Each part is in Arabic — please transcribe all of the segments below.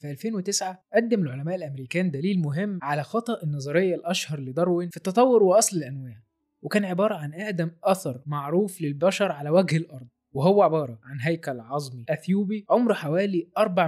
في 2009 قدم العلماء الأمريكان دليل مهم على خطأ النظرية الأشهر لداروين في التطور وأصل الأنواع، وكان عبارة عن أقدم أثر معروف للبشر على وجه الأرض، وهو عبارة عن هيكل عظمي أثيوبي عمره حوالي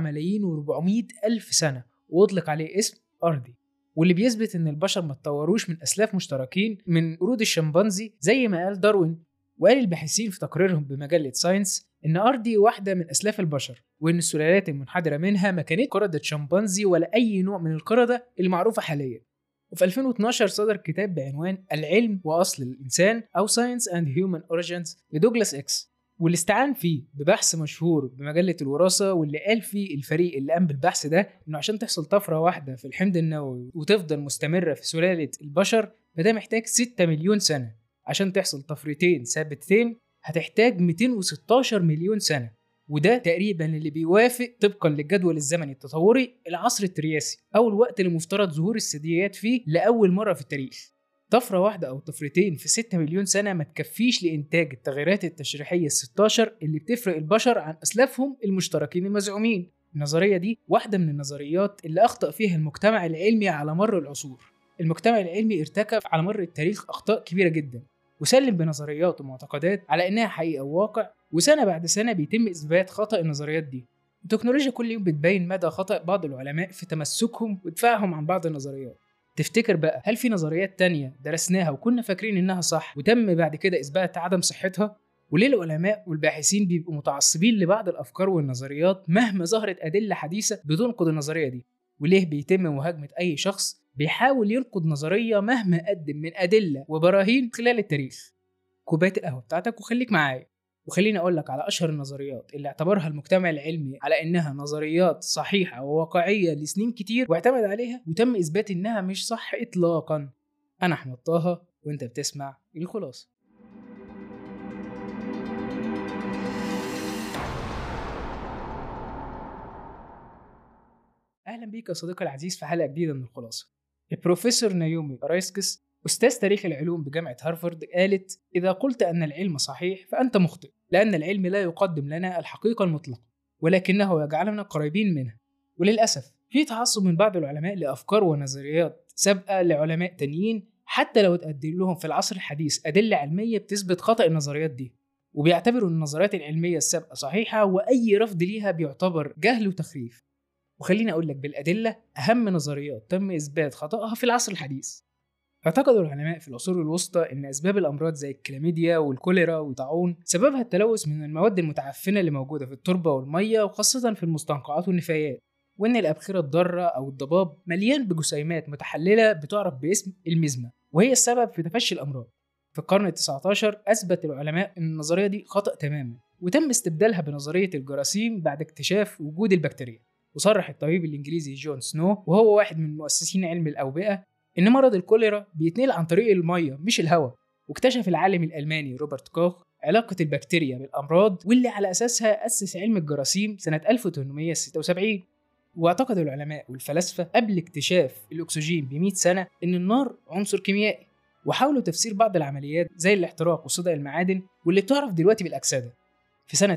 4,400,000 سنة، وأطلق عليه اسم أرضي، واللي بيثبت إن البشر ما اتطوروش من أسلاف مشتركين من قرود الشمبانزي زي ما قال داروين. وقال الباحثين في تقريرهم بمجلة ساينس إن أرضي واحدة من أسلاف البشر، وإن السلالات المنحدرة منها ما كانت قردة شمبانزي ولا أي نوع من القردة المعروفة حاليا. وفي 2012 صدر كتاب بعنوان العلم وأصل الإنسان أو Science and Human Origins لدوغلاس إكس، واللي استعان فيه ببحث مشهور بمجلة الوراثة، واللي قال فيه الفريق اللي قام بالبحث ده إنه عشان تحصل طفرة واحدة في الحمض النووي وتفضل مستمرة في سلالة البشر فده محتاج 6 مليون سنة، عشان تحصل طفرتين ثابتتين هتحتاج 216 مليون سنة، وده تقريبا اللي بيوافق طبقا للجدول الزمني التطوري العصر الترياسي أو الوقت اللي مفترض ظهور الثدييات فيه لأول مرة في التاريخ. طفرة واحدة أو طفرتين في 6 مليون سنة ما تكفيش لإنتاج التغيرات التشريحية ال16 اللي بتفرق البشر عن أسلافهم المشتركين المزعومين. النظرية دي واحدة من النظريات اللي أخطأ فيها المجتمع العلمي على مر العصور. المجتمع العلمي ارتكب على مر التاريخ أخطاء كبيرة جدا، وسلم بنظريات ومعتقدات على إنها حقيقة وواقع، وسنة بعد سنة بيتم إثبات خطأ النظريات دي. التكنولوجيا كل يوم بتبين مدى خطأ بعض العلماء في تمسكهم ودفاعهم عن بعض النظريات. تفتكر بقى هل في نظريات تانية درسناها وكنا فاكرين إنها صح وتم بعد كده إثبات عدم صحتها؟ وليه العلماء والباحثين بيبقوا متعصبين لبعض الأفكار والنظريات مهما ظهرت أدلة حديثة بتنقض النظرية دي؟ وليه بيتم مهاجمة أي شخص بيحاول ينقض نظرية مهما قدم من أدلة وبراهين خلال التاريخ؟ كوباية القهوة بتاعتك وخليك معايا، وخليني أقولك على أشهر النظريات اللي اعتبرها المجتمع العلمي على إنها نظريات صحيحة وواقعية لسنين كتير واعتمد عليها وتم إثبات إنها مش صح إطلاقا. أنا أحمد طه وإنت بتسمع الخلاصة. أهلا بيك يا صديقي العزيز في حلقة جديدة من الخلاصة. البروفيسور نايومي أرايسكس أستاذ تاريخ العلوم بجامعة هارفارد قالت: إذا قلت أن العلم صحيح فأنت مخطئ، لأن العلم لا يقدم لنا الحقيقة المطلقة ولكنه يجعلنا قريبين منها. وللأسف في تعصب من بعض العلماء لأفكار ونظريات سابقة لعلماء تانيين حتى لو تقدم لهم في العصر الحديث أدلة علمية بتثبت خطأ النظريات دي، وبيعتبروا النظريات العلمية السابقة صحيحة وأي رفض ليها بيعتبر جهل وتخريف. وخليني أقول لك بالأدلة أهم نظريات تم إثبات خطأها في العصر الحديث. اعتقد العلماء في العصور الوسطى إن أسباب الأمراض زي الكلاميديا والكوليرا والطاعون سببها التلوث من المواد المتعفنة اللي موجودة في التربة والمية وخاصة في المستنقعات والنفايات، وإن الأبخرة الضارة أو الضباب مليان بجسيمات متحللة بتعرف باسم الميزما، وهي السبب في تفشي الأمراض. في القرن ال19 أثبت العلماء إن النظرية دي خطأ تماما، وتم استبدالها بنظرية الجراثيم بعد اكتشاف وجود البكتيريا. وصرح الطبيب الإنجليزي جون سنو وهو واحد من مؤسسين علم الأوبئة إن مرض الكوليرا بيتنقل عن طريق المية مش الهواء. واكتشف العالم الألماني روبرت كوخ علاقة البكتيريا بالأمراض، واللي على أساسها أسس علم الجراثيم سنة 1876. واعتقد العلماء والفلاسفة قبل اكتشاف الأكسجين ب100 سنة إن النار عنصر كيميائي، وحاولوا تفسير بعض العمليات زي الاحتراق وصدأ المعادن واللي بتعرف دلوقتي بالأكسدة. في سنة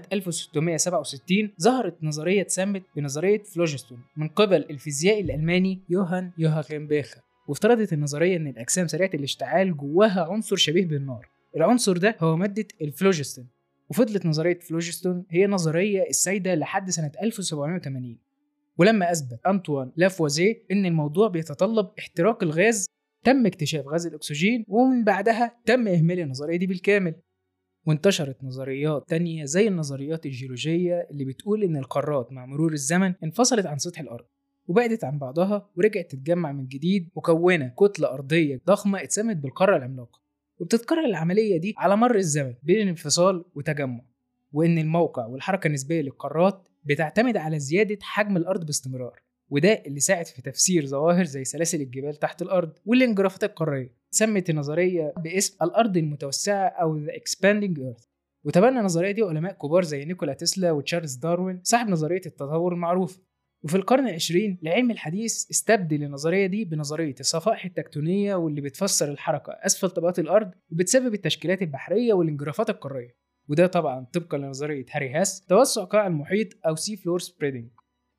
1667 ظهرت نظرية اتسمت بنظرية فلوجستون من قبل الفيزيائي الألماني يوهان بيخر، وافترضت النظرية إن الأجسام سريعة الاشتعال جواها عنصر شبيه بالنار. العنصر ده هو مادة الفلوجستون، وفضلت نظرية فلوجستون هي نظرية السائدة لحد سنة 1780. ولما أثبت أنطوان لافوازيه إن الموضوع بيتطلب احتراق الغاز تم اكتشاف غاز الأكسجين، ومن بعدها تم إهمال النظرية دي بالكامل. وانتشرت نظريات تانية زي النظريات الجيولوجية اللي بتقول إن القارات مع مرور الزمن انفصلت عن سطح الأرض وبعدت عن بعضها ورجعت تتجمع من جديد مكونة كتلة أرضية ضخمة اتسمت بالقارة العملاقة. وبتتكرر العملية دي على مر الزمن بين انفصال وتجمع، وإن الموقع والحركة النسبية للقارات بتعتمد على زيادة حجم الأرض باستمرار، وده اللي ساعد في تفسير ظواهر زي سلاسل الجبال تحت الأرض والانجرافات القارية. سمت النظرية باسم الأرض المتوسعة أو The Expanding Earth. وتبنى النظرية دي علماء كبار زي نيكولا تسلا وتشارلز داروين صاحب نظرية التطور المعروفة. وفي القرن العشرين العلم الحديث استبدل النظرية دي بنظرية الصفائح التكتونية، واللي بتفسر الحركة أسفل طبقات الأرض وبتسبب التشكيلات البحرية والانجرافات القارية. وده طبعا طبقا لنظرية هاري هاس توسع قاع المحيط أو سي فلور سبريدنج.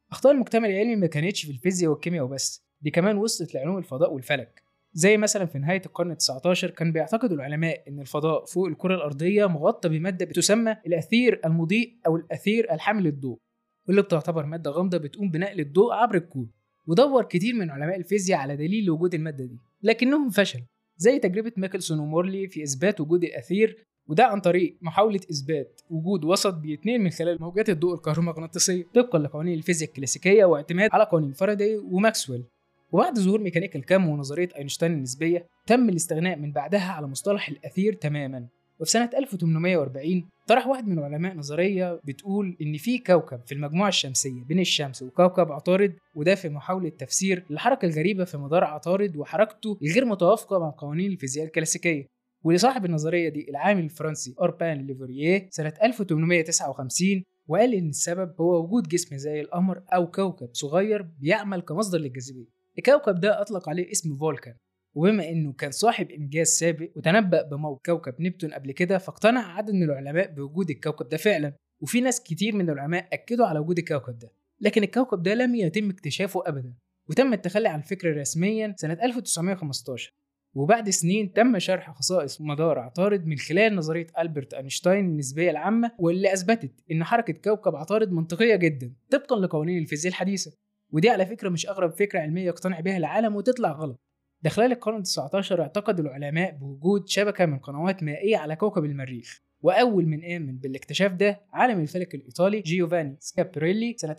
أخطاء المجتمع العلمي ما كانتش في الفيزياء والكيمياء وبس، دي كمان وصلت لعلوم الفضاء والفلك. زي مثلا في نهاية القرن 19 كان بيعتقد العلماء إن الفضاء فوق الكرة الأرضية مغطى بمادة بتسمى الأثير المضيء أو الأثير الحامل الضوء، واللي بتعتبر مادة غامضة بتقوم بنقل الضوء عبر الكون. ودور كتير من علماء الفيزياء على دليل لوجود المادة دي لكنهم فشلوا، زي تجربة ميكلسون ومورلي في إثبات وجود الأثير، وده عن طريق محاولة إثبات وجود وسط بيتنقل من خلال موجات الضوء الكهرومغناطيسية طبقا لقوانين الفيزياء الكلاسيكية واعتماد على قوانين فاراداي وماكسويل. وبعد ظهور ميكانيكا الكم ونظرية أينشتاين النسبية تم الاستغناء من بعدها على مصطلح الأثير تماما. وفي سنة 1840 طرح واحد من علماء نظرية بتقول إن في كوكب في المجموعة الشمسية بين الشمس وكوكب عطارد، وده في محاولة تفسير الحركة الغريبة في مدار عطارد وحركته الغير متوافقة مع قوانين الفيزياء الكلاسيكية. ولصاحب النظرية دي العامل الفرنسي أوربان ليفورييه سنة 1859، وقال إن السبب هو وجود جسم زي القمر أو كوكب صغير بيعمل كمصدر للجاذبية. الكوكب ده أطلق عليه اسم فولكان، وبما إنه كان صاحب إنجاز سابق وتنبأ بموت كوكب نبتون قبل كده، فاقتنع عدد من العلماء بوجود الكوكب ده فعلا، وفي ناس كتير من العلماء أكدوا على وجود الكوكب ده. لكن الكوكب ده لم يتم اكتشافه أبدا، وتم التخلي عن الفكرة رسميا سنة 1915. وبعد سنين تم شرح خصائص مدار عطارد من خلال نظرية ألبرت أينشتاين النسبية العامة، واللي أثبتت إن حركة كوكب عطارد منطقية جدا طبقا لقوانين الفيزياء الحديثة. ودي على فكرة مش أغرب فكرة علمية يقتنع بها العالم وتطلع غلط. ده خلال القرن 19 اعتقد العلماء بوجود شبكة من قنوات مائية على كوكب المريخ، وأول من آمن بالاكتشاف ده عالم الفلك الإيطالي جيوفاني سكابريلي سنة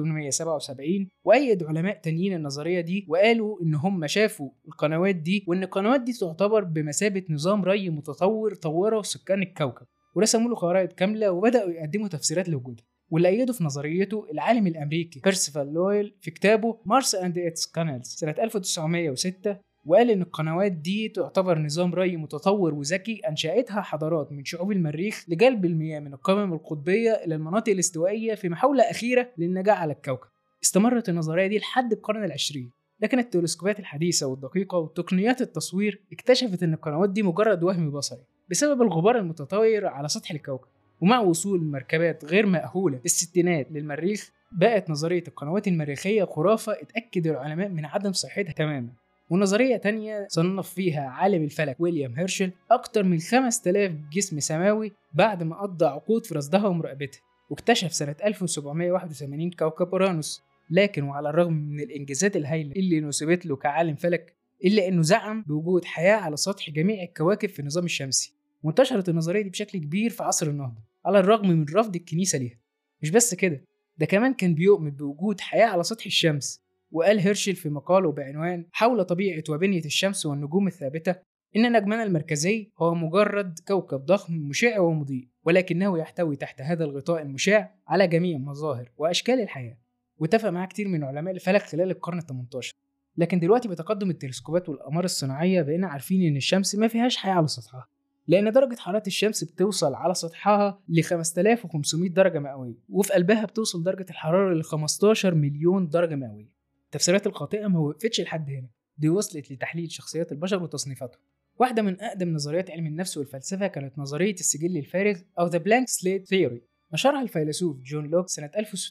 1877. وأيد علماء تانيين النظرية دي وقالوا إن هم شافوا القنوات دي، وإن القنوات دي تعتبر بمثابة نظام ري متطور طوره سكان الكوكب، ورسموا له خرائط كاملة وبدأوا يقدموا تفسيرات لوجودها. واللي أيده في نظريته العالم الأمريكي بيرسيفال لويل في كتابه مارس أند إتس كانالز سنة 1906، وقال إن القنوات دي تعتبر نظام ري متطور وذكي أنشأتها حضارات من شعوب المريخ لجلب المياه من القمم القطبية إلى المناطق الاستوائية في محاولة أخيرة للنجاة على الكوكب. استمرت النظرية دي لحد القرن العشرين، لكن التلسكوبات الحديثة والدقيقة وتقنيات التصوير اكتشفت إن القنوات دي مجرد وهم بصري بسبب الغبار المتطاير على سطح الكوكب. ومع وصول مركبات غير مأهولة في الستينات للمريخ بقت نظرية القنوات المريخية خرافة اتأكد العلماء من عدم صحتها تماما. ونظرية تانية صنف فيها عالم الفلك ويليام هيرشل أكتر من 5000 جسم سماوي بعد ما قضى عقود في رصدها ومراقبتها، واكتشف سنة 1781 كوكب أورانوس. لكن وعلى الرغم من الإنجازات الهائلة اللي نسبت له كعالم فلك، إلا إنه زعم بوجود حياة على سطح جميع الكواكب في النظام الشمسي. وانتشرت النظرية دي بشكل كبير في عصر النهضة على الرغم من رفض الكنيسة ليها. مش بس كده، ده كمان كان بيؤمن بوجود حياة على سطح الشمس. وقال هيرشل في مقاله بعنوان حول طبيعة وبنية الشمس والنجوم الثابتة إن نجمنا المركزي هو مجرد كوكب ضخم مشع ومضيء، ولكنه يحتوي تحت هذا الغطاء المشع على جميع مظاهر وأشكال الحياة. واتفق معاه كتير من علماء الفلك خلال القرن ال18. لكن دلوقتي بتقدم التلسكوبات والأقمار الصناعية بقينا عارفين إن الشمس ما فيهاش حياة على سطحها، لأن درجة حرارة الشمس بتوصل على سطحها ل 5500 درجة مئوية، وفي قلبها بتوصل درجة الحرارة ل 15 مليون درجة مئوية. التفسيرات الخاطئة ما وقفتش لحد هنا، دي وصلت لتحليل شخصيات البشر وتصنيفاتهم. واحدة من أقدم نظريات علم النفس والفلسفة كانت نظرية السجل الفارغ أو The Blank Slate Theory، نشرها الفيلسوف جون لوك سنة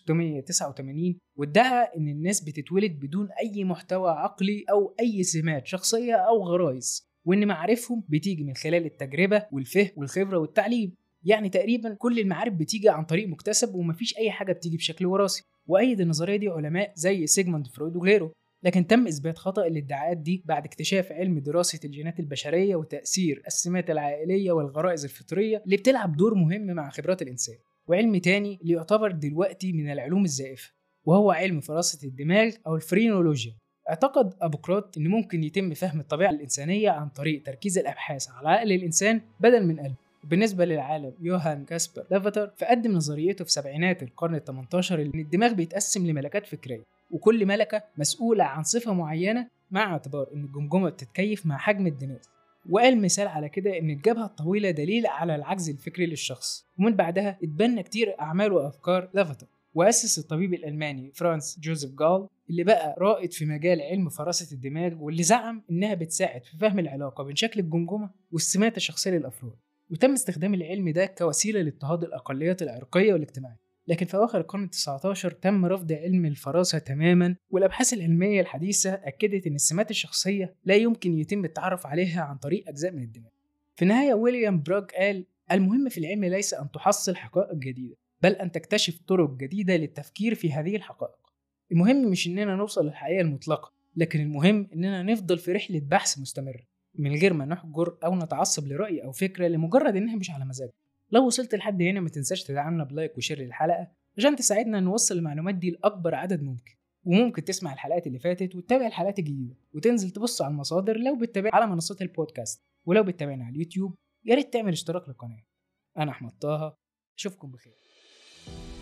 1689، وادعى إن الناس بتتولد بدون أي محتوى عقلي أو أي سمات شخصية أو غرائز، وإن معارفهم بتيجي من خلال التجربة والفهم والخبرة والتعليم. يعني تقريبا كل المعارف بتيجي عن طريق مكتسب ومفيش أي حاجة بتيجي بشكل وراثي. وأيد النظرية دي علماء زي سيجموند فرويد وغيره، لكن تم إثبات خطأ الادعاءات دي بعد اكتشاف علم دراسة الجينات البشرية وتأثير السمات العائلية والغرائز الفطرية اللي بتلعب دور مهم مع خبرات الإنسان. وعلم تاني اللي يعتبر دلوقتي من العلوم الزائفة، وهو علم فراسة الدماغ أو الفرينولوجيا. اعتقد أبوقراط إن ممكن يتم فهم الطبيعة الإنسانية عن طريق تركيز الأبحاث على عقل الإنسان بدل من قلبه. وبالنسبة للعالم يوهان كاسبر لافاتر، فقدم نظريته في سبعينات القرن ال18 إن الدماغ بيتقسم لملكات فكرية، وكل ملكة مسؤولة عن صفة معينة، مع اعتبار إن الجمجمة بتتكيف مع حجم الدماغ. وقال مثال على كده إن الجبهة الطويلة دليل على العجز الفكري للشخص. ومن بعدها اتبنى كتير أعمال وأفكار لافاتر. وأسس الطبيب الألماني فرانس جوزيف جال اللي بقى رائد في مجال علم فراسة الدماغ، واللي زعم إنها بتساعد في فهم العلاقة بين شكل الجمجمة والسمات الشخصية للأفراد. وتم استخدام العلم ده كوسيلة لاضطهاد الأقليات العرقية والاجتماعية. لكن في أواخر القرن ال19 تم رفض علم الفراسة تماما، والأبحاث العلمية الحديثة أكدت أن السمات الشخصية لا يمكن يتم التعرف عليها عن طريق أجزاء من الدماغ. في النهاية ويليام براغ قال: المهم في العلم ليس أن تحصل حقائق جديدة، بل أن تكتشف طرق جديدة للتفكير في هذه الحقائق. المهم مش إننا نوصل للحقيقة المطلقة، لكن المهم إننا نفضل في رحلة بحث مستمرة من غير ما نحجر أو نتعصب لرأي أو فكرة لمجرد إنها مش على مزاجنا. لو وصلت لحد هنا ما تنساش تدعمنا بلايك وشير للحلقة عشان تساعدنا نوصل المعلومات دي لأكبر عدد ممكن. وممكن تسمع الحلقات اللي فاتت وتتابع الحلقات الجديدة، وتنزل تبص على المصادر لو بتتابع على منصات البودكاست. ولو بتتابعنا على اليوتيوب يا ريت تعمل اشتراك للقناة. أنا أحمد طه، أشوفكم بخير.